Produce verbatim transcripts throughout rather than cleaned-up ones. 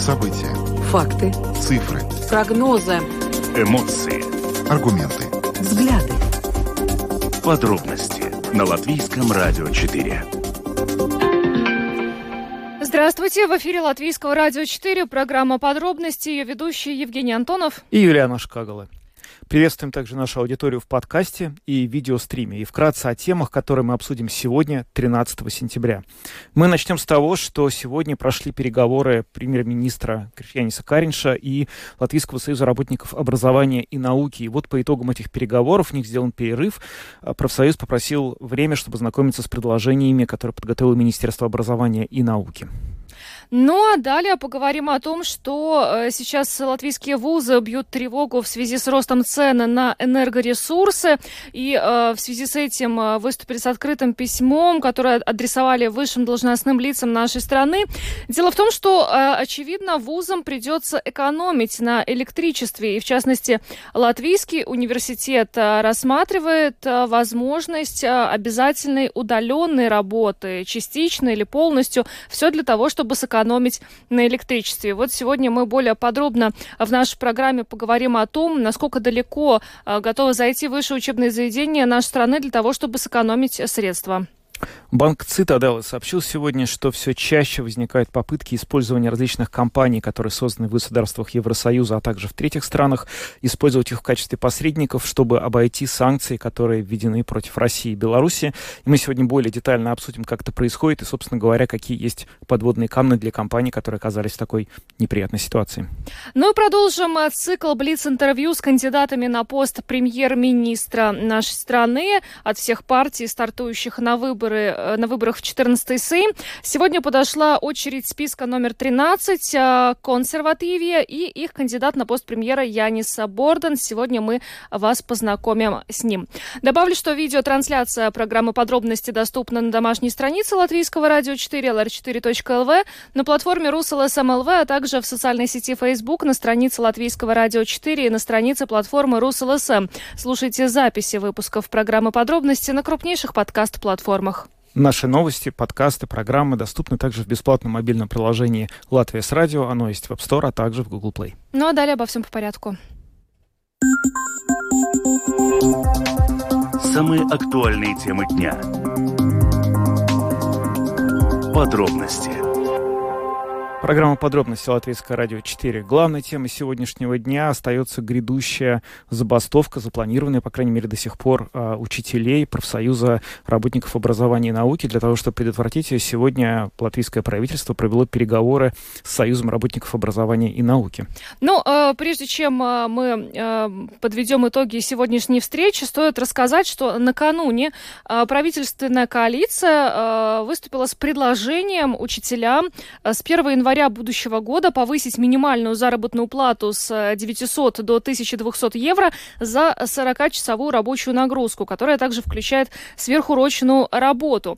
События. Факты. Цифры. Прогнозы. Эмоции. Аргументы. Взгляды. Подробности на Латвийском радио четыре. Здравствуйте, в эфире Латвийского радио четыре, программа «Подробности», ее ведущие Евгений Антонов и Юлиана Шкагала. Приветствуем также нашу аудиторию в подкасте и видеостриме. И вкратце о темах, которые мы обсудим сегодня, тринадцатого сентября. Мы начнем с того, что сегодня прошли переговоры премьер-министра Кришьяниса Каринша и Латвийского союза работников образования и науки. И вот по итогам этих переговоров, в них сделан перерыв, профсоюз попросил время, чтобы ознакомиться с предложениями, которые подготовило Министерство образования и науки. Ну а далее поговорим о том, что сейчас латвийские вузы бьют тревогу в связи с ростом цен на энергоресурсы. И э, в связи с этим выступили с открытым письмом, которое адресовали высшим должностным лицам нашей страны. Дело в том, что, э, очевидно, вузам придется экономить на электричестве. И, в частности, Латвийский университет рассматривает возможность обязательной удаленной работы, частично или полностью. Все для того, чтобы сэкономить экономить на электричестве. Вот сегодня мы более подробно в нашей программе поговорим о том, насколько далеко готовы зайти высшие учебные заведения нашей страны для того, чтобы сэкономить средства. Банк Цитаделла сообщил сегодня, что все чаще возникают попытки использования различных компаний, которые созданы в государствах Евросоюза, а также в третьих странах, использовать их в качестве посредников, чтобы обойти санкции, которые введены против России и Беларуси. И мы сегодня более детально обсудим, как это происходит и, собственно говоря, какие есть подводные камни для компаний, которые оказались в такой неприятной ситуации. Ну и продолжим цикл Блиц-интервью с кандидатами на пост премьер-министра нашей страны от всех партий, стартующих на выборы на выборах в четырнадцатый Сейм. Сегодня подошла очередь списка номер тринадцать «Консервативия» и их кандидат на пост премьера Янис Борден. Сегодня мы вас познакомим с ним. Добавлю, что видеотрансляция программы «Подробности» доступна на домашней странице Латвийского радио четыре, эл эр четыре точка эл ви, на платформе РусЛСМ эл ви, а также в социальной сети Facebook, на странице Латвийского радио четыре и на странице платформы РусЛСМ. Слушайте записи выпусков программы «Подробности» на крупнейших подкаст-платформах. Наши новости, подкасты, программы доступны также в бесплатном мобильном приложении «Латвия с радио». Оно есть в App Store, а также в Google Play. Ну а далее обо всем по порядку. Самые актуальные темы дня. Подробности. Программа «Подробности» Латвийское радио четыре. Главной темой сегодняшнего дня остается грядущая забастовка, запланированная, по крайней мере, до сих пор, учителей профсоюза работников образования и науки. Для того, чтобы предотвратить ее, сегодня латвийское правительство провело переговоры с Союзом работников образования и науки. Ну, прежде чем мы подведем итоги сегодняшней встречи, стоит рассказать, что накануне правительственная коалиция выступила с предложением учителям с первого января будущего года повысить минимальную заработную плату с девятисот до тысячи двухсот евро за сорокачасовую рабочую нагрузку, которая также включает сверхурочную работу.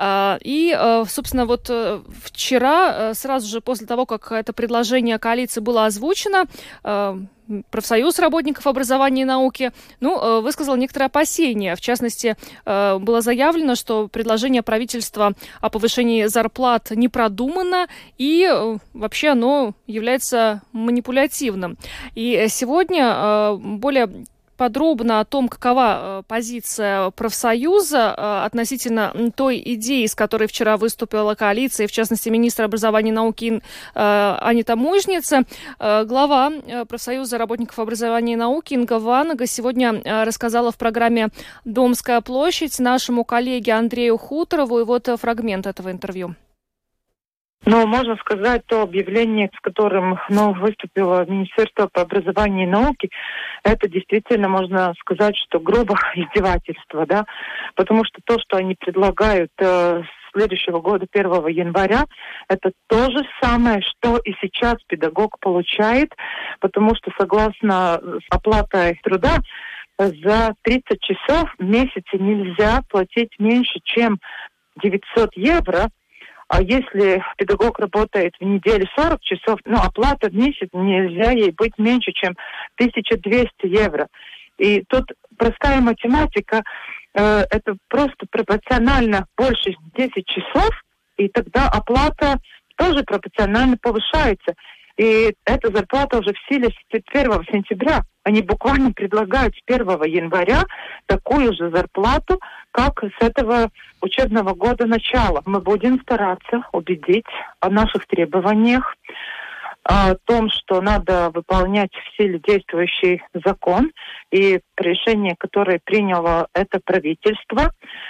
И, собственно, вот вчера, сразу же после того, как это предложение коалиции было озвучено, профсоюз работников образования и науки, ну, высказал некоторые опасения. В частности, было заявлено, что предложение правительства о повышении зарплат не продумано и вообще оно является манипулятивным. И сегодня более подробно о том, какова позиция профсоюза относительно той идеи, с которой вчера выступила коалиция, в частности, министр образования и науки Анита Мужница. Глава профсоюза работников образования и науки Инга Ванага сегодня рассказала в программе «Домская площадь» нашему коллеге Андрею Хуторову. И вот фрагмент этого интервью. Ну, можно сказать, то объявление, с которым ну, выступило Министерство по образованию и науке, это действительно, можно сказать, что грубо издевательство, да, потому что то, что они предлагают э, с следующего года, первого января, это то же самое, что и сейчас педагог получает, потому что согласно с оплатой труда за тридцать часов в месяц нельзя платить меньше, чем девятьсот евро. А если педагог работает в неделю сорок часов, ну, оплата в месяц нельзя ей быть меньше, чем тысяча двести евро. И тут простая математика, э, это просто пропорционально больше десять часов, и тогда оплата тоже пропорционально повышается. И эта зарплата уже в силе с первого сентября. Они буквально предлагают с первого января такую же зарплату, как с этого учебного года начала. Мы будем стараться убедить о наших требованиях, о том, что надо выполнять в силе действующий закон и решение, которое приняло это правительство.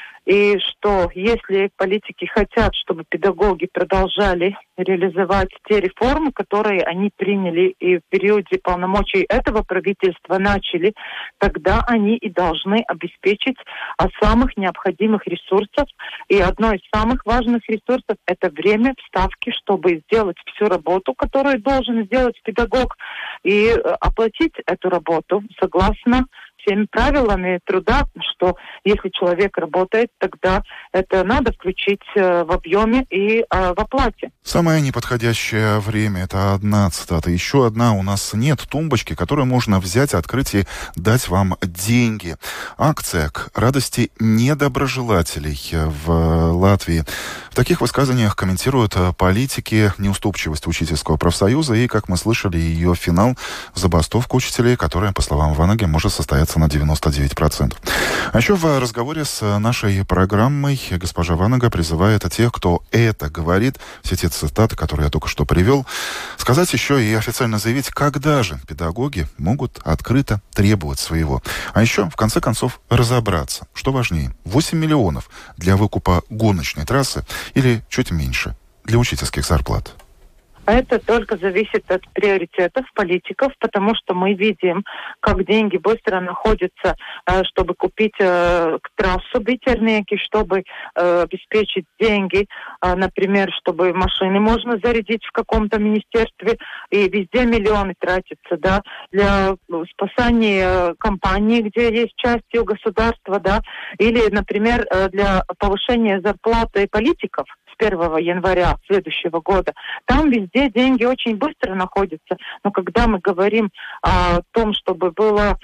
И что если политики хотят, чтобы педагоги продолжали реализовать те реформы, которые они приняли и в периоде полномочий этого правительства начали, тогда они и должны обеспечить о самых необходимых ресурсах. И одно из самых важных ресурсов – это время вставки, чтобы сделать всю работу, которую должен сделать педагог, и оплатить эту работу согласно всеми правилами труда, что если человек работает, тогда это надо включить в объеме и э, в оплате. Самое неподходящее время — это одна цитата. Еще одна: у нас нет тумбочки, которую можно взять, открыть и дать вам деньги. Акция к радости недоброжелателей в Латвии. В таких высказываниях комментируют политики неуступчивость учительского профсоюза и, как мы слышали, ее финал — забастовка учителей, которая, по словам Ванаги, может состояться на девяносто девять процентов. А еще в разговоре с нашей программой госпожа Ванага призывает тех, кто это говорит, все те цитаты, которые я только что привел, сказать еще и официально заявить, когда же педагоги могут открыто требовать своего. А еще, в конце концов, разобраться, что важнее: восемь миллионов для выкупа гоночной трассы или чуть меньше для учительских зарплат. Это только зависит от приоритетов политиков, потому что мы видим, как деньги быстро находятся, чтобы купить трассу Битернеки, чтобы обеспечить деньги, например, чтобы машины можно зарядить в каком-то министерстве, и везде миллионы тратятся, да, для спасания компаний, где есть частью государства, да, или, например, для повышения зарплаты политиков с первого января следующего года. Там везде деньги очень быстро находятся. Но когда мы говорим о том, чтобы была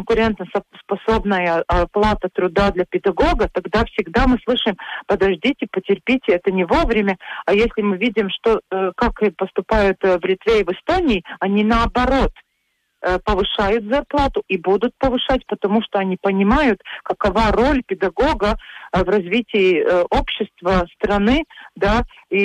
конкурентоспособная оплата труда для педагога, тогда всегда мы слышим: подождите, потерпите, это не вовремя. А если мы видим, что как поступают в Литве и в Эстонии, они наоборот повышают зарплату и будут повышать, потому что они понимают, какова роль педагога в развитии общества, страны, да,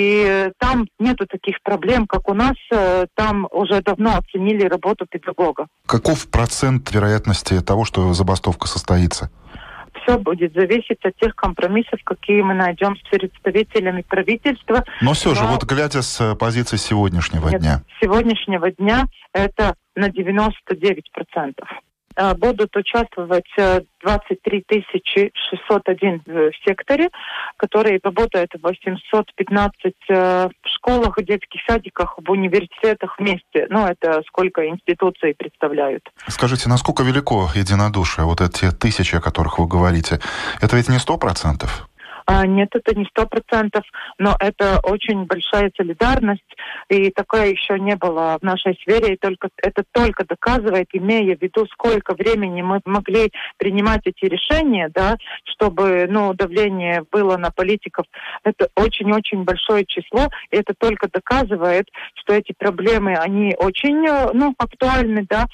и там нету таких проблем, как у нас, там уже давно оценили работу педагога. Каков процент вероятности того, что забастовка состоится? Все будет зависеть от тех компромиссов, какие мы найдем с представителями правительства. Но все Но... же, вот глядя с позиции сегодняшнего Нет, дня. Сегодняшнего дня это на девяносто девять процентов. Будут участвовать двадцать три тысячи шестьсот один в секторе, которые работают в восемьсот пятнадцать в школах, в детских садиках, в университетах вместе. Ну, это сколько институций представляют. Скажите, насколько велико единодушие, вот эти тысячи, о которых вы говорите? Это ведь не сто процентов? А, нет, это не сто процентов, но это очень большая солидарность, и такое еще не было в нашей сфере, и только, это только доказывает, имея в виду, сколько времени мы могли принимать эти решения, да, чтобы, ну, давление было на политиков. Это очень-очень большое число, и это только доказывает, что эти проблемы, они очень, ну, актуальны, да,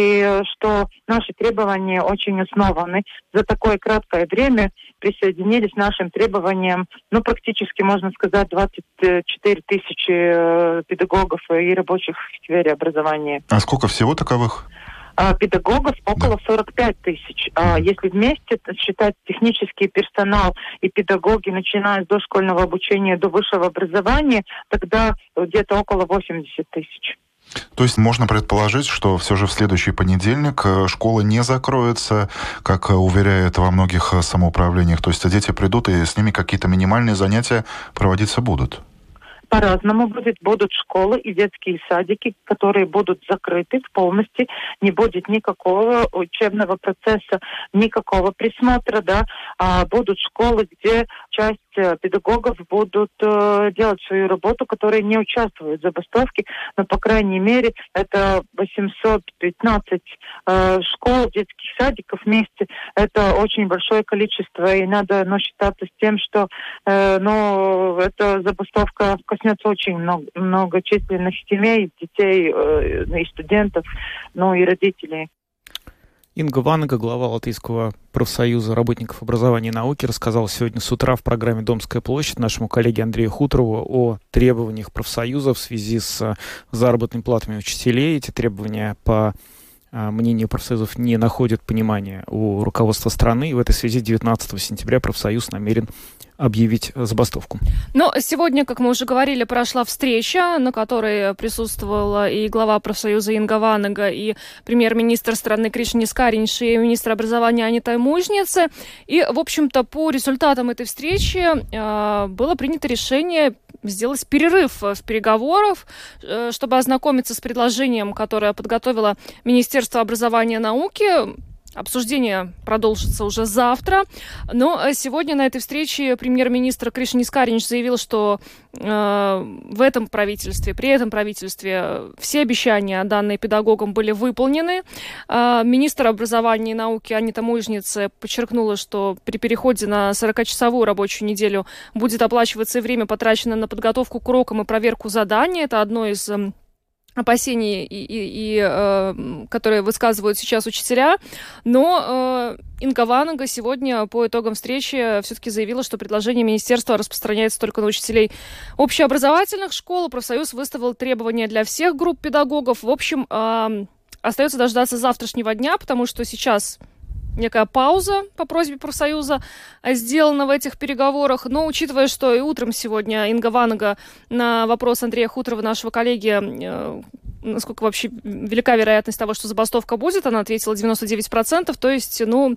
и что наши требования очень основаны. За такое краткое время присоединились к нашим требованиям, ну, практически, можно сказать, двадцать четыре тысячи э, педагогов и рабочих в сфере образования. А сколько всего таковых? А, педагогов около да. сорок пять тысяч. А если вместе считать технический персонал и педагоги, начиная с дошкольного обучения до высшего образования, тогда где-то около восемьдесят тысяч. То есть можно предположить, что все же в следующий понедельник школа не закроется, как уверяют во многих самоуправлениях. То есть дети придут, и с ними какие-то минимальные занятия проводиться будут? По-разному будет. Будут школы и детские садики, которые будут закрыты полностью. Не будет никакого учебного процесса, никакого присмотра, да. А будут школы, где часть педагогов будут э, делать свою работу, которые не участвуют в забастовке, но, по крайней мере, это восемьсот пятнадцать э, школ, детских садиков вместе. Это очень большое количество, и надо ну, считаться с тем, что э, ну, эта забастовка коснется очень много, многочисленных семей, детей э, и студентов, ну и родителей. Инга Ванага, глава Латвийского профсоюза работников образования и науки, рассказала сегодня с утра в программе «Домская площадь» нашему коллеге Андрею Хуторову о требованиях профсоюза в связи с заработными платами учителей. Эти требования, по мнению профсоюзов, не находят понимания у руководства страны. И в этой связи девятнадцатого сентября профсоюз намерен объявить забастовку. Но сегодня, как мы уже говорили, прошла встреча, на которой присутствовала и глава профсоюза Инга Ванага, и премьер-министр страны Кришинис Кариньш, и министр образования Анита Мужница. И, в общем-то, по результатам этой встречи э, было принято решение сделать перерыв в переговорах, э, чтобы ознакомиться с предложением, которое подготовило Министерство образования и науки. Обсуждение продолжится уже завтра, но сегодня на этой встрече премьер-министр Кришинис Кариньш заявил, что э, в этом правительстве, при этом правительстве все обещания, данные педагогам, были выполнены. Э, министр образования и науки Анита Мужница подчеркнула, что при переходе на сорокачасовую рабочую неделю будет оплачиваться и время, потраченное на подготовку к урокам и проверку заданий. Это одно из опасений, и, и, и, э, которые высказывают сейчас учителя. Но э, Инга Ванага сегодня по итогам встречи все-таки заявила, что предложение министерства распространяется только на учителей общеобразовательных школ. Профсоюз выставил требования для всех групп педагогов. В общем, э, остается дождаться завтрашнего дня, потому что сейчас некая пауза по просьбе профсоюза сделана в этих переговорах. Но учитывая, что и утром сегодня Инга Ванага на вопрос Андрея Хуторова, нашего коллеги, э, насколько вообще велика вероятность того, что забастовка будет, она ответила девяносто девять процентов, то есть, ну,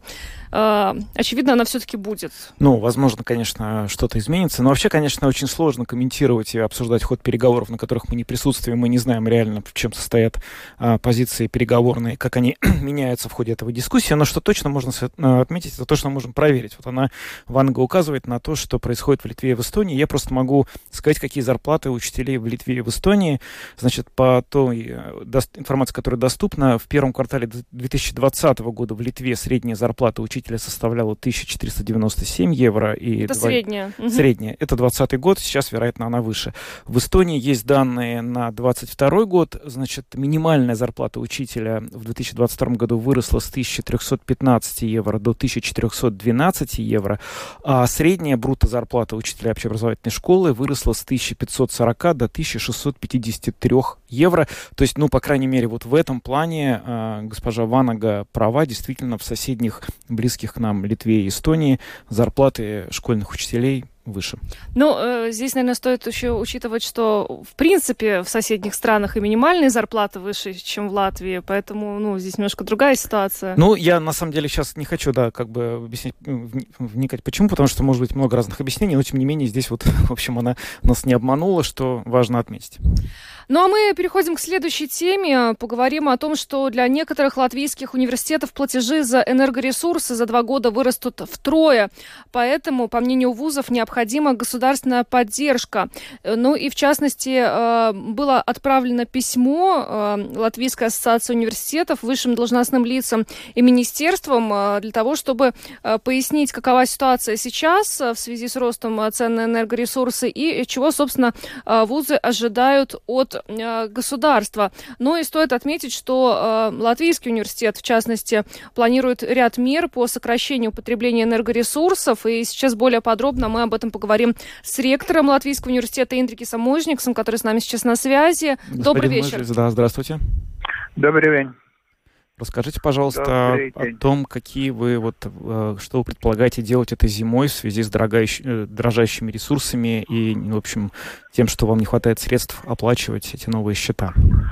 э, очевидно, она все-таки будет. Ну, возможно, конечно, что-то изменится, но вообще, конечно, очень сложно комментировать и обсуждать ход переговоров, на которых мы не присутствуем, мы не знаем реально, в чем состоят э, позиции переговорные, как они меняются в ходе этого дискуссии, но что точно можно отметить, это то, что мы можем проверить. Вот она, Ванага, указывает на то, что происходит в Литве и в Эстонии. Я просто могу сказать, какие зарплаты у учителей в Литве и в Эстонии. Значит, по той информации, которая доступна, в первом квартале две тысячи двадцатого года в Литве средняя зарплата учителя составляла тысяча четыреста девяносто семь евро. И это два... средняя. Средняя. Это двадцатый год, сейчас, вероятно, она выше. В Эстонии есть данные на двадцать второй год. Значит, минимальная зарплата учителя в две тысячи двадцать втором году выросла с тысяча триста пятнадцать евро до тысяча четыреста двенадцать евро, а средняя брутто зарплата учителя общеобразовательной школы выросла с тысяча пятьсот сорок до тысяча шестьсот пятьдесят три евро. То есть, ну, по крайней мере, вот в этом плане э, госпожа Ванага права. Действительно, в соседних, близких к нам Литве и Эстонии зарплаты школьных учителей выше. Ну, э, здесь, наверное, стоит еще учитывать, что, в принципе, в соседних странах и минимальные зарплаты выше, чем в Латвии, поэтому, ну, здесь немножко другая ситуация. Ну, я, на самом деле, сейчас не хочу, да, как бы объяснить, вникать почему, потому что может быть много разных объяснений, но, тем не менее, здесь вот, в общем, она нас не обманула, что важно отметить. Ну, а мы переходим к следующей теме. Поговорим о том, что для некоторых латвийских университетов платежи за энергоресурсы за два года вырастут втрое. Поэтому, по мнению вузов, необходима государственная поддержка. Ну и, в частности, было отправлено письмо Латвийской ассоциации университетов высшим должностным лицам и министерствам для того, чтобы пояснить, какова ситуация сейчас в связи с ростом цен на энергоресурсы и чего, собственно, вузы ожидают от государства. Ну и стоит отметить, что э, Латвийский университет, в частности, планирует ряд мер по сокращению потребления энергоресурсов. И сейчас более подробно мы об этом поговорим с ректором Латвийского университета Индрикисом Мужниксом, который с нами сейчас на связи. Господин Добрый вечер. Мужникс, да, здравствуйте. Добрый день. Расскажите, пожалуйста, о том, какие вы, вот, что вы предполагаете делать этой зимой в связи с дорогащ... дорожащими ресурсами и, в общем, тем, что вам не хватает средств оплачивать эти новые счета.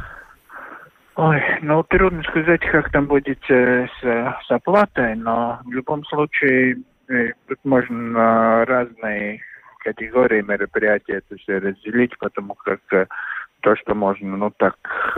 Ой, ну, трудно сказать, как там будет э, с, с оплатой, но в любом случае э, тут можно разные категории мероприятий это все разделить, потому как э, то, что можно, ну так,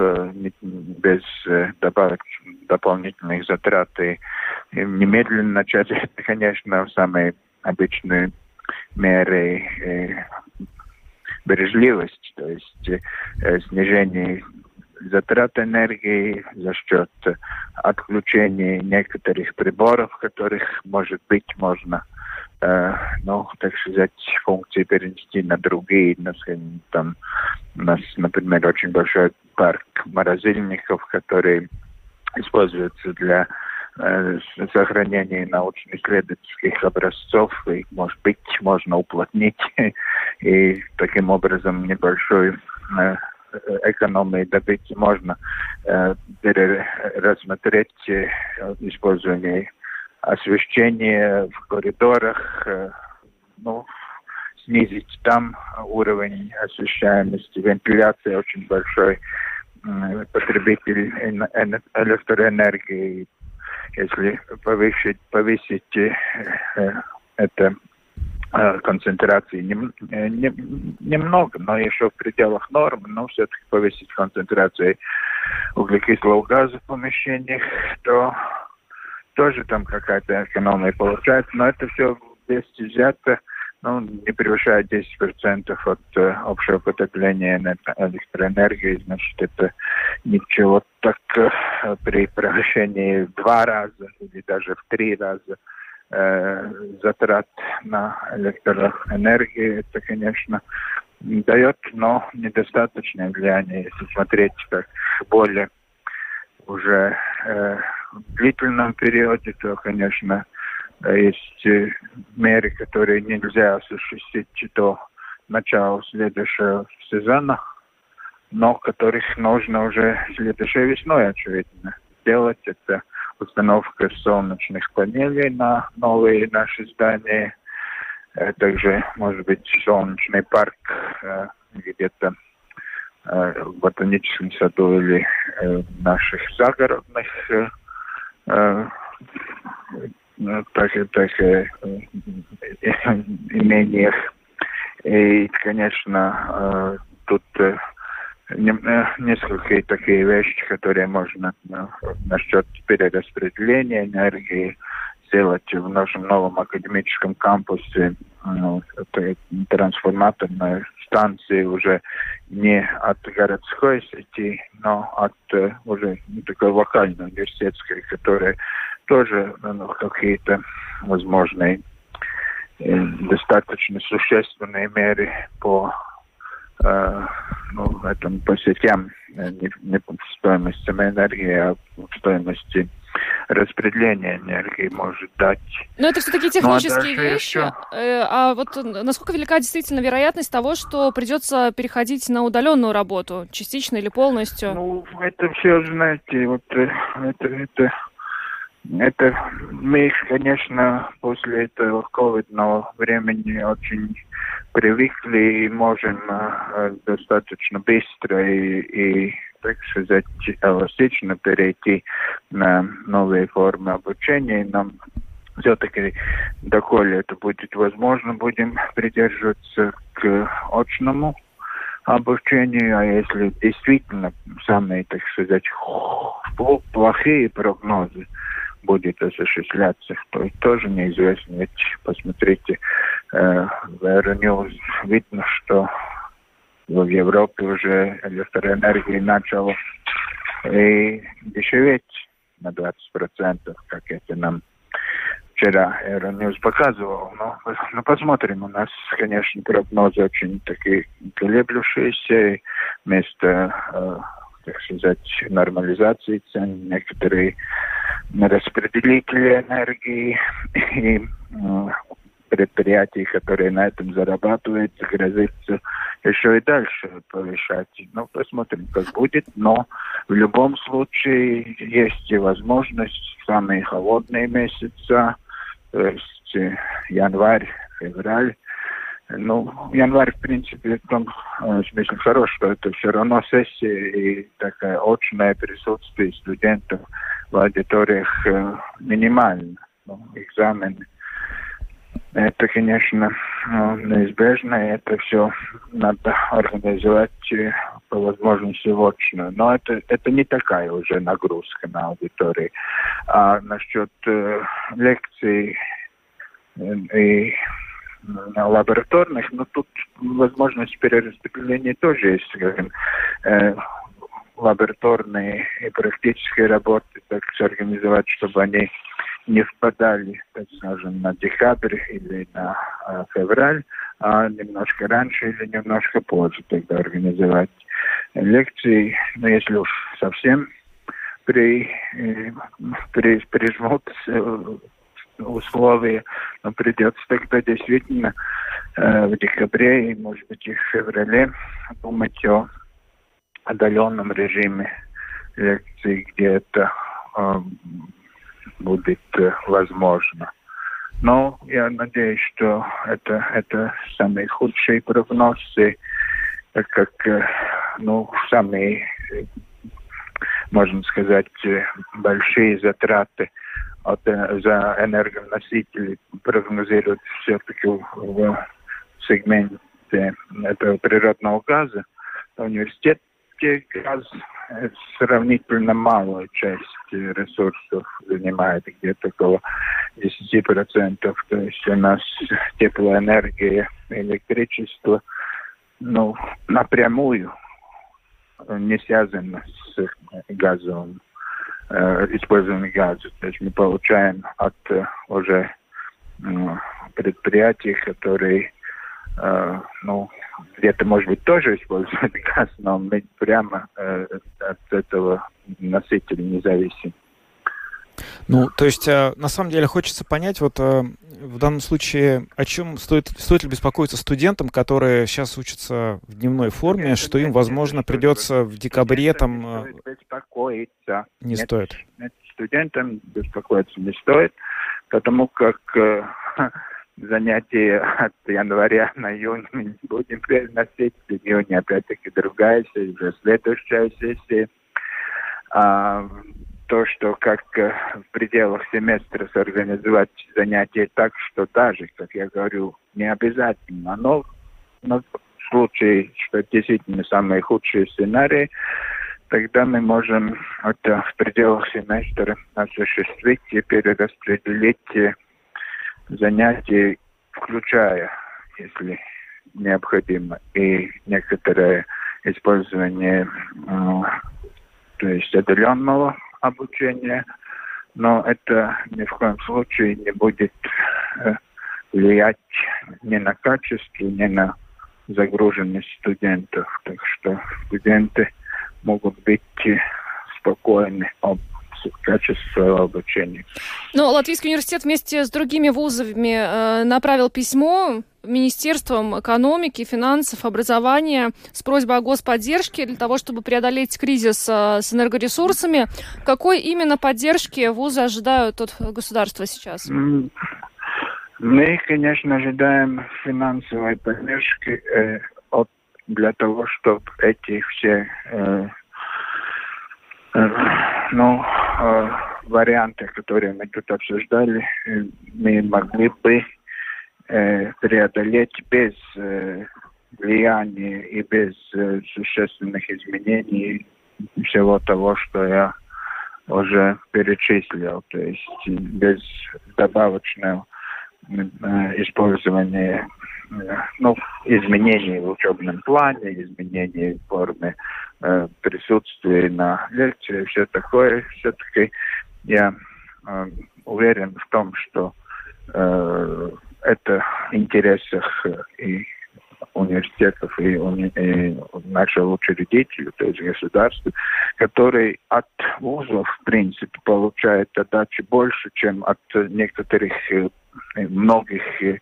без добавок, дополнительных затрат и немедленно начать, это, конечно, самые обычные меры э, бережливости, то есть э, снижение затрат энергии за счет отключения некоторых приборов, которых, может быть, можно, э, ну, так сказать, функции перенести на другие. Там у нас, например, очень большой парк морозильников, которые используются для э, сохранения научно-исследовательских образцов. И, может быть, можно уплотнить и таким образом небольшой э, экономии добыть. Можно э, пересмотреть э, использование освещения в коридорах, э, ну, снизить там уровень освещаемости. Вентиляция очень большой э, потребитель электроэнергии. Если повысить, повысить э, э, это концентрации нем, нем, немного, но еще в пределах нормы, но все-таки повысить концентрацию углекислого газа в помещениях, то тоже там какая-то экономия получается, но это все вместе взято, ну, не превышает десять процентов от э, общего потребления электроэнергии, значит, это ничего так э, при превышении в два раза или даже в три раза затрат на электроэнергию, это, конечно, дает, но недостаточное влияние. Если смотреть как более уже э, в длительном периоде, то, конечно, есть меры, которые нельзя осуществить до начала следующего сезона, но которых нужно уже следующей весной, очевидно, делать. Это установка солнечных панелей на новые наши здания. Также, может быть, солнечный парк э, где-то э, в ботаническом саду или э, в наших загородных э, э, так, так, э, имениях. И, конечно, э, тут э, несколько такие вещи, которые можно ну, насчет перераспределения энергии сделать в нашем новом академическом кампусе, ну, трансформаторной станции уже не от городской сети, но от уже ну, такой локальной университетской, которая тоже ну, какие-то возможные достаточно существенные меры по Uh, ну, этом, по сетям, не, не по стоимости энергии, а по стоимости распределения энергии может дать. Но это все-таки технические ну, а вещи. еще... А вот насколько велика действительно вероятность того, что придется переходить на удаленную работу, частично или полностью? Ну, это все, знаете, вот это, это Это мы, конечно, после этого ковидного времени очень привыкли и можем э, достаточно быстро и, и, так сказать, эластично перейти на новые формы обучения. Нам все-таки, доколе это будет возможно, будем придерживаться к очному обучению, а если действительно самые, так сказать, плохие прогнозы будет осуществляться, то тоже неизвестно. Ведь посмотрите, э, в Euronews видно, что в Европе уже электроэнергия начала и дешеветь на двадцать процентов, как это нам вчера Euronews показывал. Но, но посмотрим, у нас, конечно, прогнозы очень такие колеблющиеся, вместо, э, так сказать, нормализации цен, некоторые распределители энергии и э, предприятий, которые на этом зарабатывают, грозится еще и дальше повышать. Ну, посмотрим, как будет. Но в любом случае есть и возможность в самые холодные месяца, то есть январь, февраль. Ну, январь, в принципе, в том смысле хорош, что это все равно сессия и такое очное присутствие студентов в аудиториях э, минимально. Ну, экзамены. Это, конечно, ну, неизбежно, и это все надо организовать по возможности очно. Но это, это не такая уже нагрузка на аудитории. А насчет э, лекций э, и лабораторных, но тут возможность перераспределения тоже есть, скажем, э, лабораторные и практические работы так организовать, чтобы они не впадали, так скажем, на декабрь или на э, февраль, а немножко раньше или немножко позже тогда организовать лекции. Но если уж совсем при, э, при, прижмут э, условия, но придется тогда действительно э, в декабре и, может быть, и в феврале думать о отдаленном режиме лекций, где это э, будет э, возможно. Но я надеюсь, что это, это самые худшие прогнозы, так как э, ну, самые, можно сказать, большие затраты от, за энергоносители прогнозируют все-таки в, в сегменте этого природного газа. Университет газ сравнительно малую часть ресурсов занимает, где-то около десять процентов. То есть у нас теплоэнергия, электричество, ну, напрямую не связано с газовым, э, использованием газа. То есть мы получаем от э, уже э, предприятий, которые э, ну, где-то, может быть, тоже используют газ, но мы прямо э, от этого носителя не зависим. Ну, то есть, на самом деле, хочется понять, вот в данном случае, о чем стоит, стоит ли беспокоиться студентам, которые сейчас учатся в дневной форме, нет, что им, возможно, нет, придется в декабре там... Не стоит беспокоиться. Не нет, стоит. Нет, студентам беспокоиться не стоит, потому как э, занятия от января на июнь мы не будем переносить. В июне опять-таки другая сессия, уже следующая сессия. А, то, что как в пределах семестра сорганизовать занятия так, что даже, как я говорю, не обязательно, но, но в случае, что действительно самые худшие сценарии, тогда мы можем это в пределах семестра осуществить и перераспределить занятия, включая, если необходимо, и некоторое использование, то есть отдаленного обучения, но это ни в коем случае не будет э, влиять ни на качество, ни на загруженность студентов. Так что студенты могут быть спокойны об качестве обучения. Но Латвийский университет вместе с другими вузами э, направил письмо Министерствам экономики, финансов, образования с просьбой о господдержке для того, чтобы преодолеть кризис э, с энергоресурсами. Какой именно поддержки вузы ожидают от государства сейчас? Мы, конечно, ожидаем финансовой поддержки э, от, для того, чтобы эти все э, э, ну, э, варианты, которые мы тут обсуждали, э, мы могли бы э, преодолеть без э, влияния и без э, существенных изменений всего того, что я уже перечислил. То есть без добавочного использование, ну, изменений в учебном плане, изменений в форме э, присутствия на лекции, все такое. Все-таки я э, уверен в том, что э, это в интересах и университетов, и, уни- и нашего учредителя, то есть государства, который от вузов, в принципе, получает отдачи больше, чем от некоторых многих э,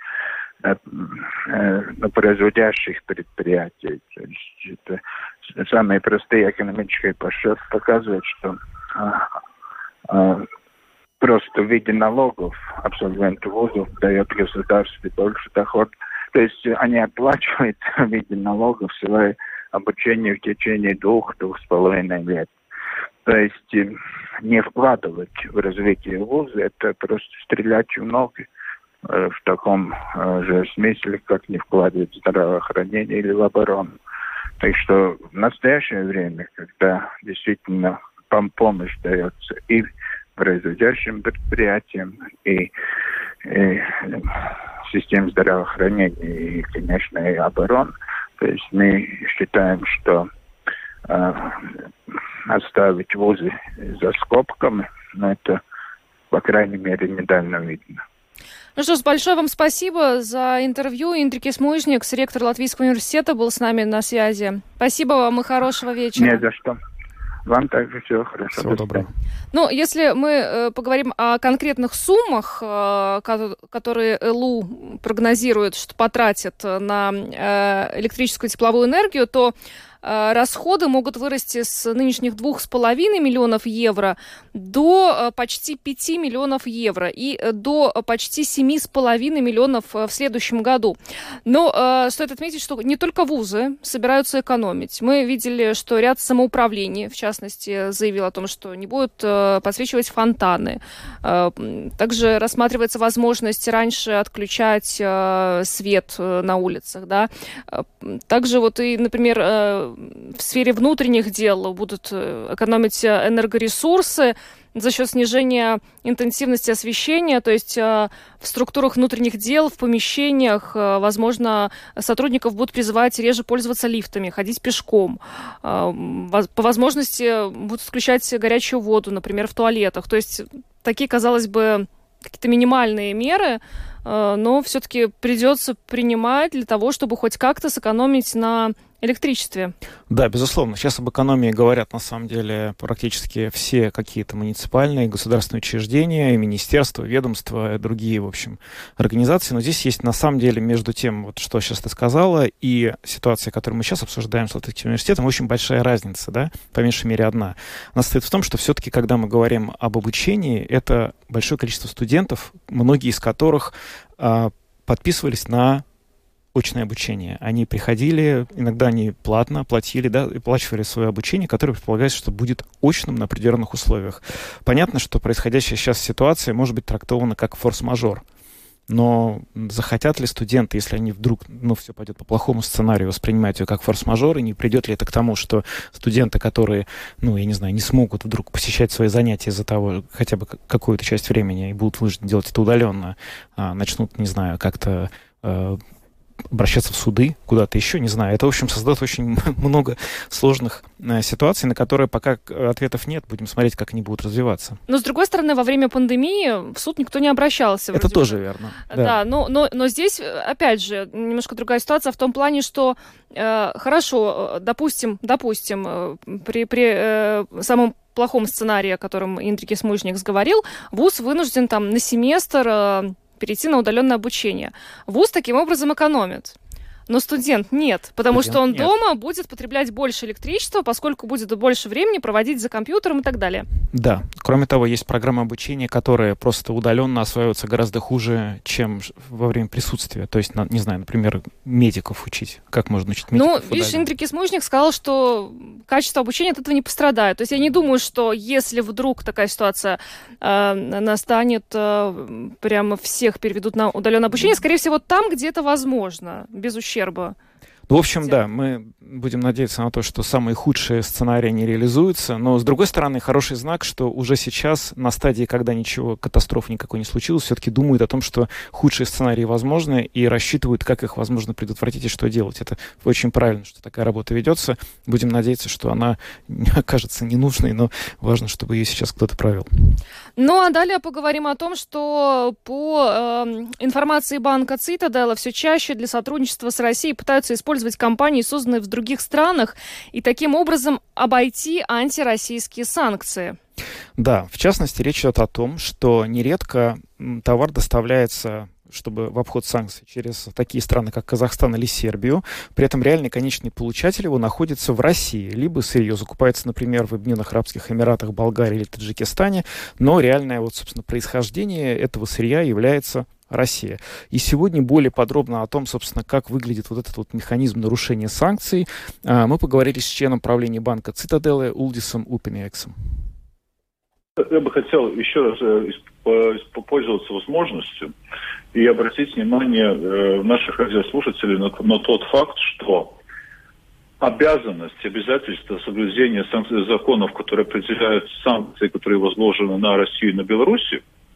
э, производящих предприятий. То есть это самые простые экономические подсчеты показывают, что э, э, просто в виде налогов абсолвенту вузов дает государству больше доход. То есть они оплачивают в виде налогов свое обучение в течение двух-двух с половиной лет. То есть э, не вкладывать в развитие вуза, это просто стрелять в ноги. В таком э, же смысле, как не вкладывать в здравоохранение или в оборону. Так что в настоящее время, когда действительно помощь дается и производящим предприятиям, и, и систем здравоохранения и, конечно, и обороны. То есть мы считаем, что э, оставить вузы за скобками, но это, по крайней мере, недавно видно. Ну что ж, большое вам спасибо за интервью. Индрикис Мужникс, ректор Латвийского университета, был с нами на связи. Спасибо вам и хорошего вечера. Не за что. Вам также всего хорошего. Всего доброго. Ну, если мы э, поговорим о конкретных суммах, э, которые ЭЛУ прогнозирует, что потратит на э, электрическую и тепловую энергию, то э, расходы могут вырасти с нынешних двух с половиной миллионов евро до э, почти пяти миллионов евро и до почти семи с половиной миллионов в следующем году. Но э, стоит отметить, что не только вузы собираются экономить. Мы видели, что ряд самоуправлений, в частности, заявил о том, что не будут э, подсвечивать фонтаны. Э, также рассматривается возможность раньше отключать э, свет э, на улицах. Да? Э, также вот и, например, э, в сфере внутренних дел будут экономить энергоресурсы за счет снижения интенсивности освещения, то есть э, в структурах внутренних дел, в помещениях, э, возможно, сотрудников будут призывать реже пользоваться лифтами, ходить пешком. Э, по возможности будут включать горячую воду, например, в туалетах. То есть такие, казалось бы, какие-то минимальные меры, э, но все-таки придется принимать для того, чтобы хоть как-то сэкономить на электричестве. Да, безусловно. Сейчас об экономии говорят, на самом деле, практически все какие-то муниципальные, государственные учреждения, и министерства, ведомства, и другие, в общем, организации. Но здесь есть, на самом деле, между тем, вот, что сейчас ты сказала, и ситуацией, которую мы сейчас обсуждаем с Латвийским университетом, очень большая разница, да, по меньшей мере одна. Она состоит в том, что все-таки, когда мы говорим об обучении, это большое количество студентов, многие из которых а, подписывались на очное обучение. Они приходили, иногда они платно платили, да, и оплачивали свое обучение, которое предполагается, что будет очным на определенных условиях. Понятно, что происходящая сейчас ситуация может быть трактована как форс-мажор. Но захотят ли студенты, если они вдруг, ну, все пойдет по плохому сценарию, воспринимать ее как форс-мажор, и не придет ли это к тому, что студенты, которые, ну, я не знаю, не смогут вдруг посещать свои занятия из-за того, хотя бы какую-то часть времени, и будут вынуждены делать это удаленно, а, начнут, не знаю, как-то э, обращаться в суды, куда-то еще, не знаю. Это, в общем, создает очень много сложных э, ситуаций, на которые пока ответов нет. Будем смотреть, как они будут развиваться. Но, с другой стороны, во время пандемии в суд никто не обращался. Это тоже бы. Верно. Да, да, но, но, но здесь, опять же, немножко другая ситуация в том плане, что э, хорошо, допустим, допустим, э, при, при э, самом плохом сценарии, о котором Индрикис Мужникс говорил, вуз вынужден там на семестр э, перейти на удаленное обучение. Вуз таким образом экономит. Но студент нет, потому студент что он нет. дома будет потреблять больше электричества, поскольку будет больше времени проводить за компьютером и так далее. Да. Кроме того, есть программы обучения, которые просто удаленно осваиваются гораздо хуже, чем во время присутствия. То есть, не знаю, например, медиков учить. Как можно учить медиков? Ну, видишь, Индрикис Мужникс сказал, что качество обучения от этого не пострадает. То есть я не думаю, что если вдруг такая ситуация э, настанет, э, прямо всех переведут на удаленное обучение, скорее всего, там, где это возможно, без ущерба. Ну, в общем, да, мы будем надеяться на то, что самые худшие сценарии не реализуются, но, с другой стороны, хороший знак, что уже сейчас, на стадии, когда ничего, катастрофы никакой не случилось, все-таки думают о том, что худшие сценарии возможны, и рассчитывают, как их возможно предотвратить и что делать. Это очень правильно, что такая работа ведется. Будем надеяться, что она окажется ненужной, но важно, чтобы ее сейчас кто-то провел. Ну, а далее поговорим о том, что по э, информации банка Цитаделла все чаще для сотрудничества с Россией пытаются использовать компании, созданные в других странах, и таким образом обойти антироссийские санкции. Да, в частности, речь идет о том, что нередко товар доставляется, чтобы в обход санкций, через такие страны, как Казахстан или Сербию. При этом реальный конечный получатель его находится в России. Либо сырье закупается, например, в Объединенных Арабских Эмиратах, Болгарии или Таджикистане, но реальное, вот, собственно, происхождение этого сырья является Россия. И сегодня более подробно о том, собственно, как выглядит вот этот вот механизм нарушения санкций, мы поговорили с членом правления банка Цитаделлы Улдисом Упинексом. Я бы хотел еще раз попользоваться возможностью и обратить внимание наших радиослушателей на, на тот факт, что обязанность, обязательство соблюдения санкций, законов, которые определяют санкции, которые возложены на Россию и на Белоруссию,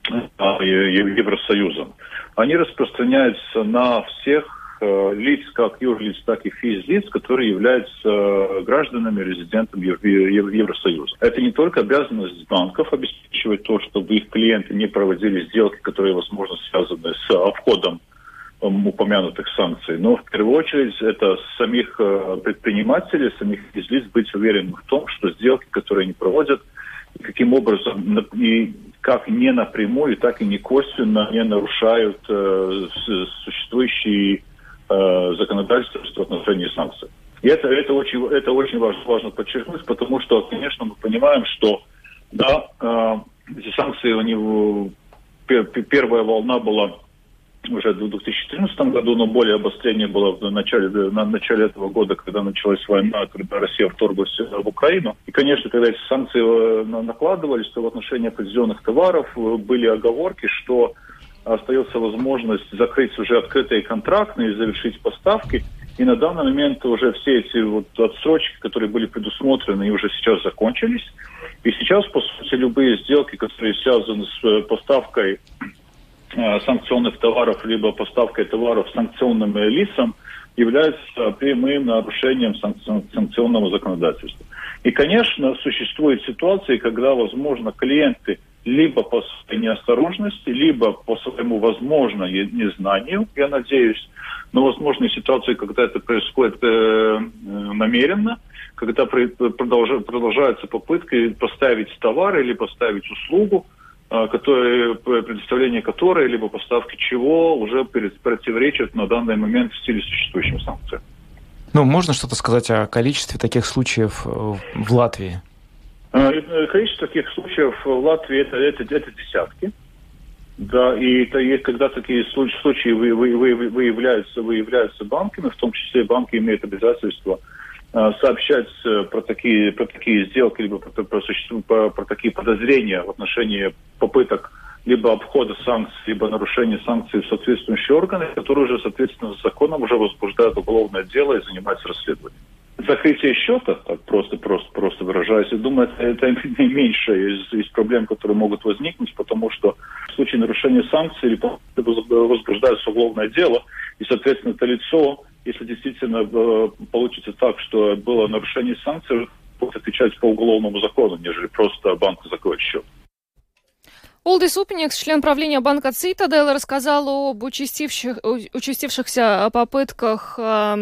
Евросоюзом, они распространяются на всех лиц, как юрлиц, так и физлиц, которые являются гражданами, резидентами Евросоюза. Это не только обязанность банков обеспечивать то, чтобы их клиенты не проводили сделки, которые, возможно, связаны с обходом упомянутых санкций, но в первую очередь это самих предпринимателей, самих физлиц быть уверенным в том, что сделки, которые они проводят, каким образом и как не напрямую, так и не косвенно не нарушают э, существующие э, законодательства в отношении санкций. И это, это очень, это очень важно, важно подчеркнуть, потому что, конечно, мы понимаем, что да, э, эти санкции, они, первая волна была уже в две тысячи тринадцатом году, но более обострение было в начале, на начале этого года, когда началась война, когда Россия вторглась в Украину. И, конечно, когда эти санкции накладывались, то в отношении определенных товаров были оговорки, что остается возможность закрыть уже открытые контракты и завершить поставки. И на данный момент уже все эти вот отсрочки, которые были предусмотрены, уже сейчас закончились. И сейчас, по сути, любые сделки, которые связаны с поставкой санкционных товаров, либо поставкой товаров санкционным лицам, является прямым нарушением санкционного законодательства. И, конечно, существуют ситуации, когда, возможно, клиенты либо по своей неосторожности, либо по своему, возможно, незнанию, я надеюсь, но возможны ситуации, когда это происходит э, намеренно, когда продолжаются, продолжаются попытки поставить товар или поставить услугу, которые, предоставление которой, либо поставки чего уже противоречат на данный момент в стиле существующим санкциям. Ну, можно что-то сказать о количестве таких случаев в Латвии? Количество таких случаев в Латвии это, это, это десятки. Да, и это есть, когда такие случаи выявляются, выявляются банками, в том числе банки имеют обязательство сообщать про такие, про такие сделки, либо про, про, про, про такие подозрения в отношении попыток либо обхода санкций, либо нарушения санкций в соответствующие органы, которые уже, соответственно, с законом уже возбуждают уголовное дело и занимаются расследованием. Закрытие счета, так просто, просто, просто выражаясь, я думаю, это, это меньше из, из проблем, которые могут возникнуть, потому что в случае нарушения санкций возбуждается уголовное дело, и, соответственно, это лицо, если действительно э, получится так, что было нарушение санкций, будет отвечать по уголовному закону, нежели просто банку закроет счет. Улдис Упеникс, член правления банка Цитадель, рассказал об участивших, участившихся попытках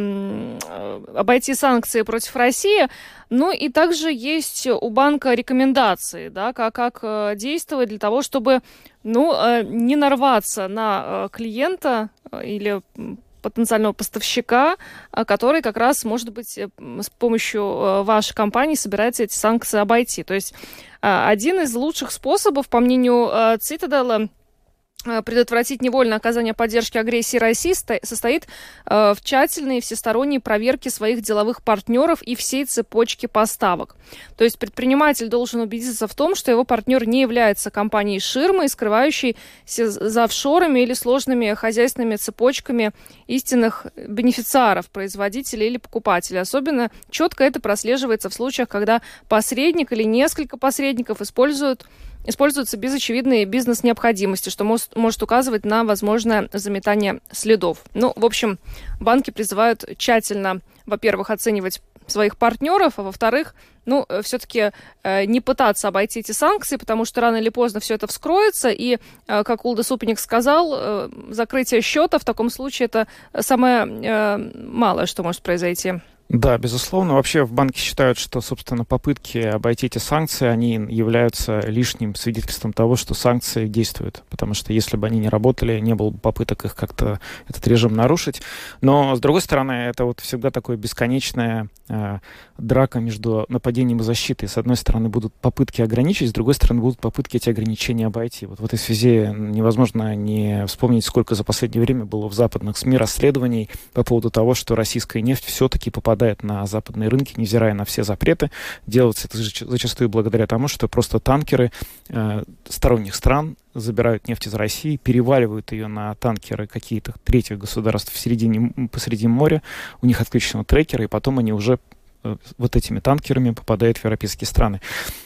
э, обойти санкции против России. Ну и также есть у банка рекомендации, да, как, как действовать для того, чтобы ну, не нарваться на клиента или потенциального поставщика, который как раз, может быть, с помощью вашей компании собирается эти санкции обойти. То есть один из лучших способов, по мнению Цитаделя, предотвратить невольное оказание поддержки агрессии России состоит в тщательной всесторонней проверке своих деловых партнеров и всей цепочки поставок. То есть предприниматель должен убедиться в том, что его партнер не является компанией ширмой, скрывающейся за офшорами или сложными хозяйственными цепочками истинных бенефициаров, производителей или покупателей. Особенно четко это прослеживается в случаях, когда посредник или несколько посредников используют используются без очевидной бизнес-необходимости, что может, может указывать на возможное заметание следов. Ну, в общем, банки призывают тщательно, во-первых, оценивать своих партнеров, а во-вторых, ну, все-таки э, не пытаться обойти эти санкции, потому что рано или поздно все это вскроется, и, э, как Улдис Упеникс сказал, э, закрытие счета в таком случае это самое э, малое, что может произойти. Да, безусловно. Вообще в банке считают, что, собственно, попытки обойти эти санкции, они являются лишним свидетельством того, что санкции действуют. Потому что если бы они не работали, не было бы попыток их как-то, этот режим нарушить. Но, с другой стороны, это вот всегда такое бесконечная э, драка между нападением и защитой. С одной стороны будут попытки ограничить, с другой стороны будут попытки эти ограничения обойти. Вот в этой связи невозможно не вспомнить, сколько за последнее время было в западных СМИ расследований по поводу того, что российская нефть все-таки попадает на западные рынки, невзирая на все запреты. Делается это зачастую благодаря тому, что просто танкеры э, сторонних стран забирают нефть из России, переваливают ее на танкеры каких-то третьих государств в середине, посреди моря, у них отключены трекеры, и потом они уже э, вот этими танкерами попадают в европейские страны.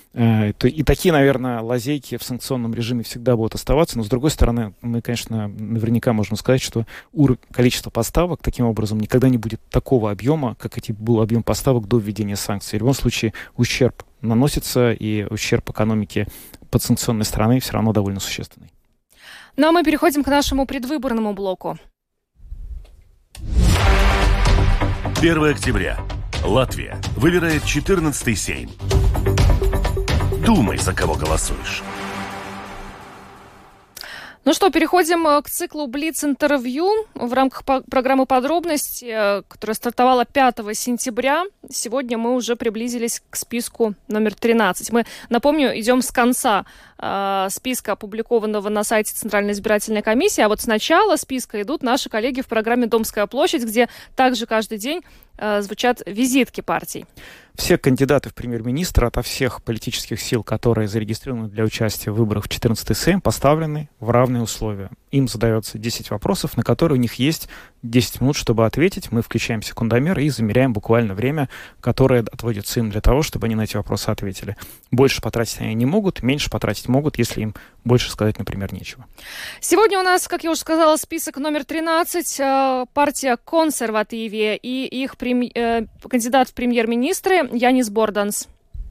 И такие, наверное, лазейки в санкционном режиме всегда будут оставаться. Но, с другой стороны, мы, конечно, наверняка можем сказать, что уровень, количество поставок таким образом никогда не будет такого объема, как эти был объем поставок до введения санкций. В любом случае, ущерб наносится, и ущерб экономике подсанкционной страны все равно довольно существенный. Ну а мы переходим к нашему предвыборному блоку. первого октября. Латвия выбирает четырнадцатый Сейм. Думай, за кого голосуешь. Ну что, переходим к циклу Блиц-интервью в рамках по- программы «Подробности», которая стартовала пятого сентября. Сегодня мы уже приблизились к списку номер тринадцать. Мы, напомню, идем с конца э, списка, опубликованного на сайте Центральной избирательной комиссии, а вот с начала списка идут наши коллеги в программе «Домская площадь», где также каждый день э, звучат визитки партий. Все кандидаты в премьер-министра ото всех политических сил, которые зарегистрированы для участия в выборах в четырнадцатый Сейм, поставлены в равные условия. Им задается десять вопросов, на которые у них есть десять минут, чтобы ответить. Мы включаем секундомер и замеряем буквально время, которое отводится им для того, чтобы они на эти вопросы ответили. Больше потратить они не могут, меньше потратить могут, если им больше сказать, например, нечего. Сегодня у нас, как я уже сказала, список номер тринадцать. Партия Консервативия и их прем... кандидат в премьер-министры Янис Борданс.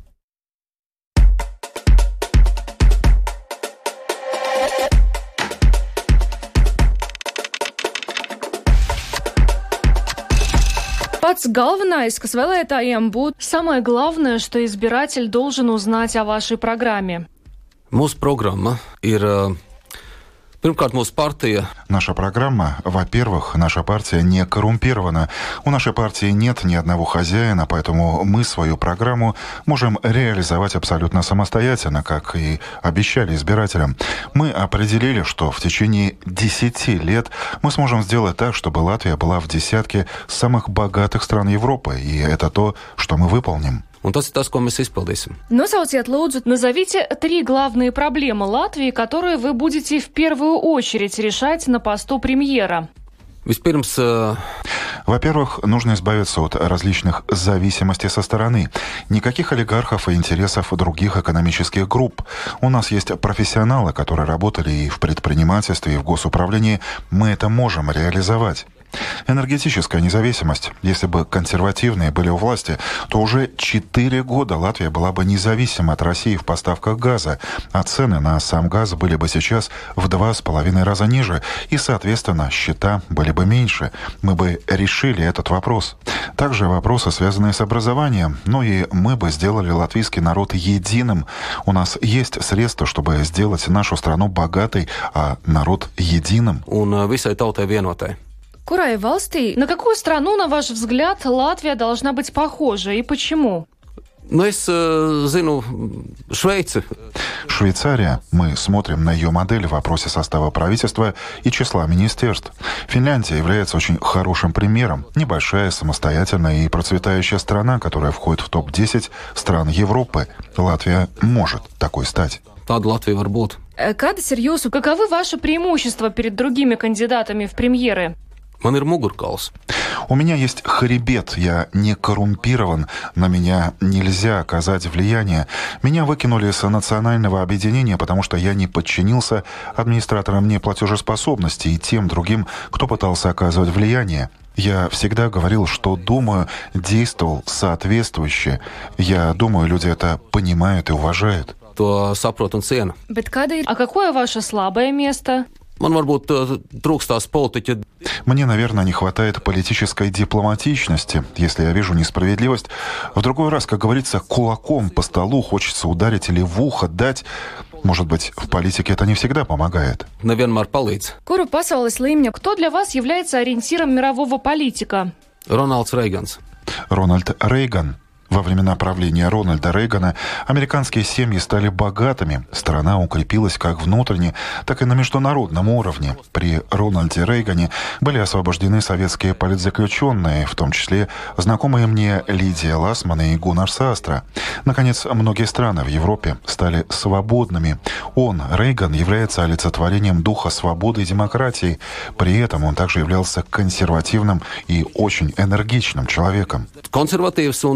Pats galvenais, kas vēlētājiem būtu, самое главное, что избиратель должен узнать о вашей программе. Mūsu programma ir pirmkārt mūsu partija. Наша программа, во-первых, наша партия не коррумпирована. У нашей партии нет ни одного хозяина, поэтому мы свою программу можем реализовать абсолютно самостоятельно, как и обещали избирателям. Мы определили, что в течение десяти лет мы сможем сделать так, чтобы Латвия была в десятке самых богатых стран Европы, и это то, что мы выполним. Un tas ir tas, ko mēs izpildīsim. Nosauciet, лūdzu, назовите три главные проблемы Латвии, которые вы будете в первую очередь решать на посту премьера. Vispirms, uh... Во-первых, нужно избавиться от различных зависимостей со стороны. Никаких олигархов и интересов других экономических групп. У нас есть профессионалы, которые работали и в предпринимательстве, и в госуправлении. Мы это можем реализовать. Энергетическая независимость. Если бы консервативные были у власти, то уже четыре года Латвия была бы независима от России в поставках газа, а цены на сам газ были бы сейчас в два с половиной раза ниже, и, соответственно, счета были бы меньше. Мы бы решили этот вопрос. Также вопросы, связанные с образованием. Ну и мы бы сделали латвийский народ единым. У нас есть средства, чтобы сделать нашу страну богатой, а народ единым. Un visai tautai vienotai. Kurai valstī, на какую страну, на ваш взгляд, Латвия должна быть похожа и почему? Nu, es uh, zinu, Šveici. Швейцария. Мы смотрим на ее модель в вопросе состава правительства и числа министерств. Финляндия является очень хорошим примером. Небольшая, самостоятельная и процветающая страна, которая входит в топ десять стран Европы. Латвия может такой стать. Tāda Latvija var būt. Kādas ir jūsu, каковы ваши преимущества перед другими кандидатами в премьеры? Man ir mugurkauls. У меня есть хребет, я не коррумпирован, на меня нельзя оказать влияние. Меня выкинули с национального объединения, потому что я не подчинился администраторам неплатежеспособности и тем другим, кто пытался оказывать влияние. Я всегда говорил, что думаю, действовал соответствующе. Я думаю, люди это понимают и уважают. To saprot un ciena. Bet kāda ir, а какое ваше слабое место? Man varbūt trūkst tās politiķa. Мне, наверное, не хватает политической дипломатичности. Если я вижу несправедливость, в другой раз, как говорится, кулаком по столу хочется ударить или в ухо дать. Может быть, в политике это не всегда помогает. Nevienmēr palīdz. Kuru pasaules līmeņa, кто для вас является ориентиром мирового политика? Рональдс Рейганс. Рональд Рейган. Во времена правления Рональда Рейгана американские семьи стали богатыми. Страна укрепилась как внутренне, так и на международном уровне. При Рональде Рейгане были освобождены советские политзаключенные, в том числе знакомые мне Лидия Ласман и Гуннар Саастра. Наконец, многие страны в Европе стали свободными. Он, Рейган, является олицетворением духа свободы и демократии. При этом он также являлся консервативным и очень энергичным человеком. Консервативs un tāds enerģisks.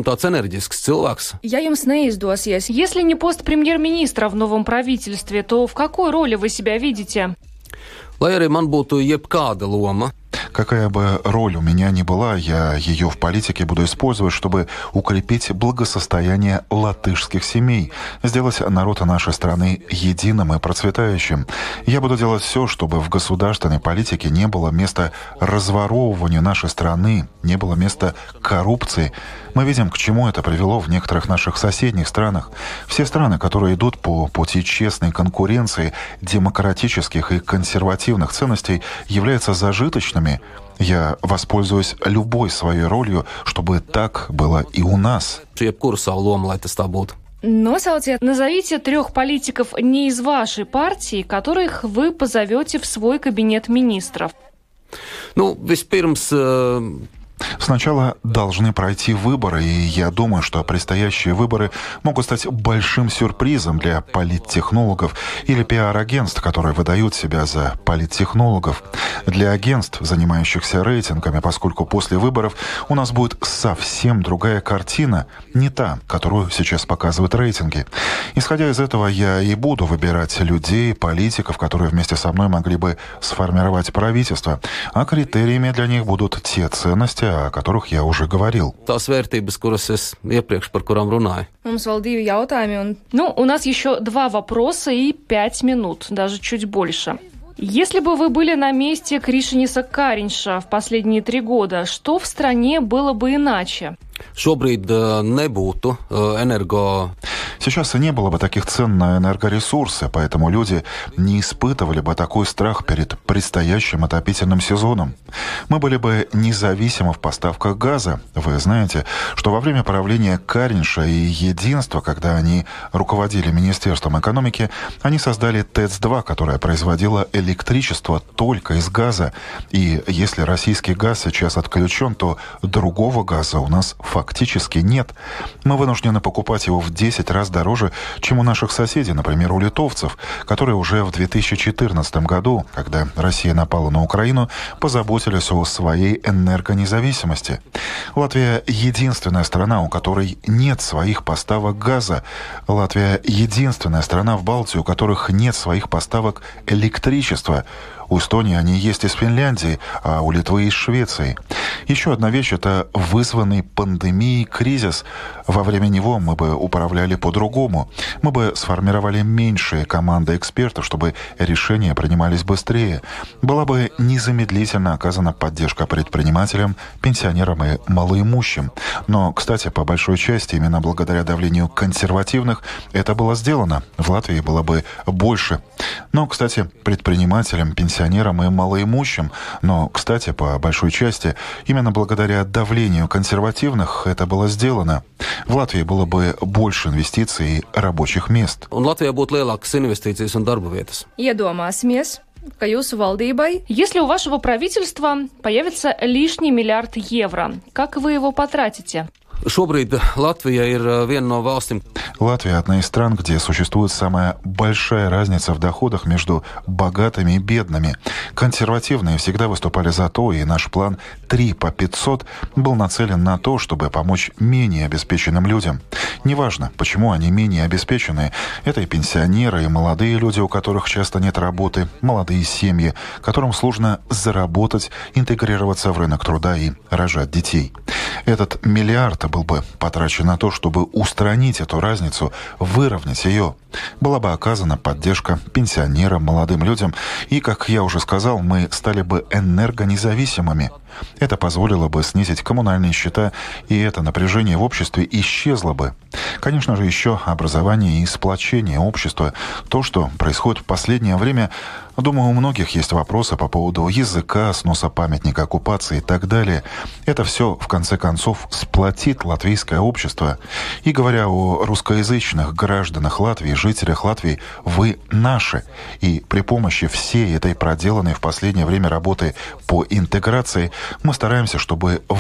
enerģisks cilvēks. Я jums neizdosies. Если не пост премьер-министра в новом правительстве, то в какой роли вы себя видите? Lai arī man būtu jebkāda loma. Какая бы роль у меня ни была, я ее в политике буду использовать, чтобы укрепить благосостояние латышских семей, сделать народ нашей страны единым и процветающим. Я буду делать все, чтобы в государственной политике не было места разворовыванию нашей страны, не было места коррупции. Мы видим, к чему это привело в некоторых наших соседних странах. Все страны, которые идут по пути честной конкуренции, демократических и консервативных ценностей, являются зажиточными. Я воспользуюсь любой своей ролью, чтобы так было и у нас. Nosauciet, назовите трех политиков не из вашей партии, которых вы позовете в свой кабинет министров. Ну, vispirms... Сначала должны пройти выборы, и я думаю, что предстоящие выборы могут стать большим сюрпризом для политтехнологов или пиар-агентств, которые выдают себя за политтехнологов. Для агентств, занимающихся рейтингами, поскольку после выборов у нас будет совсем другая картина, не та, которую сейчас показывают рейтинги. Исходя из этого, я и буду выбирать людей, политиков, которые вместе со мной могли бы сформировать правительство, а критериями для них будут те ценности, о которых я уже говорил. Tās vērtības, kuras es iepriekš par kurām runāju. Mums vēl divi jautājumi. Un... Ну, у нас еще два вопроса и пять минут, даже чуть больше. Если бы вы были на месте Кришиниса Каринша в последние три года, что в стране было бы иначе? Šobrīd nebūtu energo. Сейчас не было бы таких цен на энергоресурсы, поэтому люди не испытывали бы такой страх перед предстоящим отопительным сезоном. Мы были бы независимы в поставках газа. Вы знаете, что во время правления Каринша и Единства, когда они руководили Министерством экономики, они создали ТЭЦ два, которая производила электричество только из газа. И если российский газ сейчас отключен, то другого газа у нас фактически нет. Мы вынуждены покупать его в десять раз дороже, чем у наших соседей, например, у литовцев, которые уже в две тысячи четырнадцатом году, когда Россия напала на Украину, позаботились о своей энергонезависимости. Латвия — единственная страна, у которой нет своих поставок газа. Латвия — единственная страна в Балтии, у которых нет своих поставок электричества. У Эстонии они есть из Финляндии, а у Литвы из Швеции. Еще одна вещь — это вызванный пандемией кризис. Во время него мы бы управляли по-другому. Мы бы сформировали меньшие команды экспертов, чтобы решения принимались быстрее. Была бы незамедлительно оказана поддержка предпринимателям, пенсионерам и малоимущим. Но, кстати, по большой части, именно благодаря давлению консервативных это было сделано. В Латвии было бы больше. Но, кстати, предпринимателям, пенсионерам и малоимущим, но, кстати, по большой части, именно благодаря давлению консервативных это было сделано. В Латвии было бы больше инвестиций и рабочих мест. Iedomāsimies, ka jūsu valdībai, если у вашего правительства появится лишний миллиард евро, как вы его потратите? Šobrīd Latvija ir viena no valstīm. Латвия — одна из стран, где существует самая большая разница в доходах между богатыми и бедными. Консервативные всегда выступали за то, и наш план три по пятьсот был нацелен на то, чтобы помочь менее обеспеченным людям. Неважно, почему они менее обеспеченные. Это и пенсионеры, и молодые люди, у которых часто нет работы, молодые семьи, которым сложно заработать, интегрироваться в рынок труда и рожать детей. Этот миллиард был бы потрачен на то, чтобы устранить эту разницу, выровнять ее. Была бы оказана поддержка пенсионерам, молодым людям, и, как я уже сказал, мы стали бы энергонезависимыми. Это позволило бы снизить коммунальные счета, и это напряжение в обществе исчезло бы. Конечно же, еще образование и сплочение общества. То, что происходит в последнее время, думаю, у многих есть вопросы по поводу языка, сноса памятника оккупации и так далее. Это все, в конце концов, сплотит латвийское общество. И говоря о русскоязычных гражданах Латвии, жителях Латвии, вы наши. И при помощи всей этой проделанной в последнее время работы по интеграции мы стараемся, чтобы вы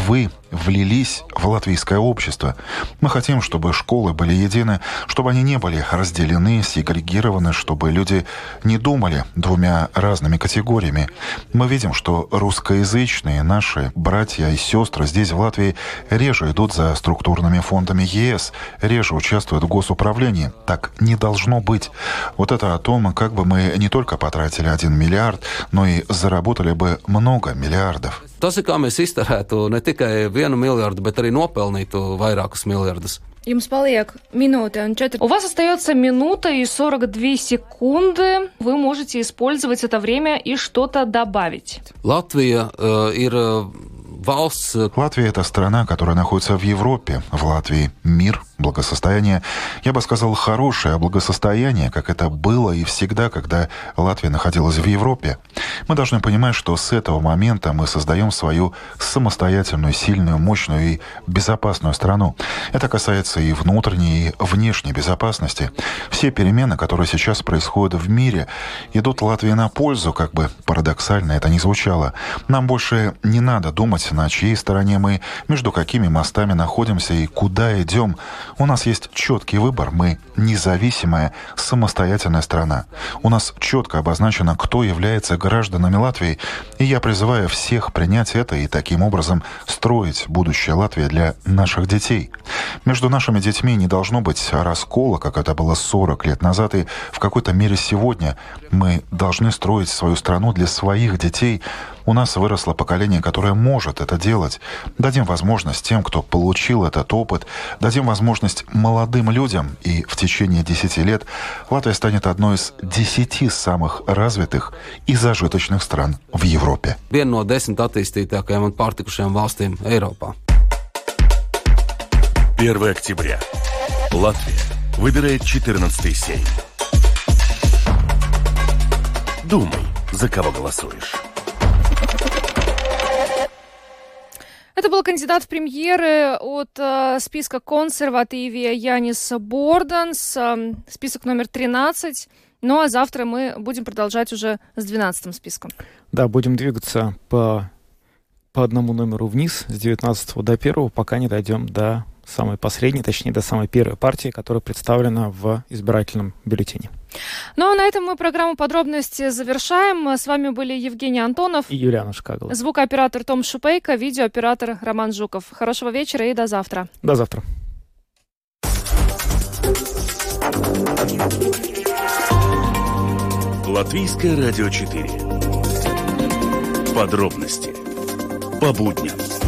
влились в латвийское общество. Мы хотим, чтобы школы были едины, чтобы они не были разделены, сегрегированы, чтобы люди не думали двумя разными категориями. Мы видим, что русскоязычные наши братья и сестры здесь, в Латвии, реже идут за структурными фондами ЕС, реже участвуют в госуправлении. Так не должно быть. Вот это о том, как бы мы не только потратили один миллиард, но и заработали бы много миллиардов. Tas ir kā mēs iztērētu ne tikai vienu miljardu, bet arī nopelnītu vairākus miljardus. Jums paliek минута un четыре. У вас остается минута и сорок две секунды. Вы можете использовать это время и что-то добавить. Латвия uh, ir uh, valsts. Латвия — это страна, которая находится в Европе. В Латвии мир, благосостояние. Я бы сказал, хорошее благосостояние, как это было и всегда, когда Латвия находилась в Европе. Мы должны понимать, что с этого момента мы создаем свою самостоятельную, сильную, мощную и безопасную страну. Это касается и внутренней, и внешней безопасности. Все перемены, которые сейчас происходят в мире, идут Латвии на пользу, как бы парадоксально это ни звучало. Нам больше не надо думать, на чьей стороне мы, между какими мостами находимся и куда идем. У нас есть четкий выбор. Мы независимая, самостоятельная страна. У нас четко обозначено, кто является гражданами Латвии. И я призываю всех принять это и таким образом строить будущее Латвии для наших детей. Между нашими детьми не должно быть раскола, как это было сорок лет назад, и в какой-то мере сегодня мы должны строить свою страну для своих детей. У нас выросло поколение, которое может это делать. Дадим возможность тем, кто получил этот опыт, дадим возможность молодым людям, и в течение десяти лет Латвия станет одной из десяти самых развитых и зажиточных стран в Европе. Viena no desmit attīstītākajām un pārtikušajām valstīm Eiropā. первое октября. Латвия выбирает четырнадцатый сейм. Думай, за кого голосуешь. Это был кандидат в премьеры от э, списка консервативия Янис Борданс, э, список номер тринадцать. Ну а завтра мы будем продолжать уже с двенадцатым списком. Да, будем двигаться по, по одному номеру вниз, с девятнадцатого до первого, пока не дойдем до самой последней, точнее, до самой первой партии, которая представлена в избирательном бюллетене. Ну а на этом мы программу «Подробности» завершаем. С вами были Евгений Антонов и Юлиана Шкагала. Звукооператор Том Шупейко, видеооператор Роман Жуков. Хорошего вечера и до завтра. До завтра. Латвийское радио четыре. Подробности по будням.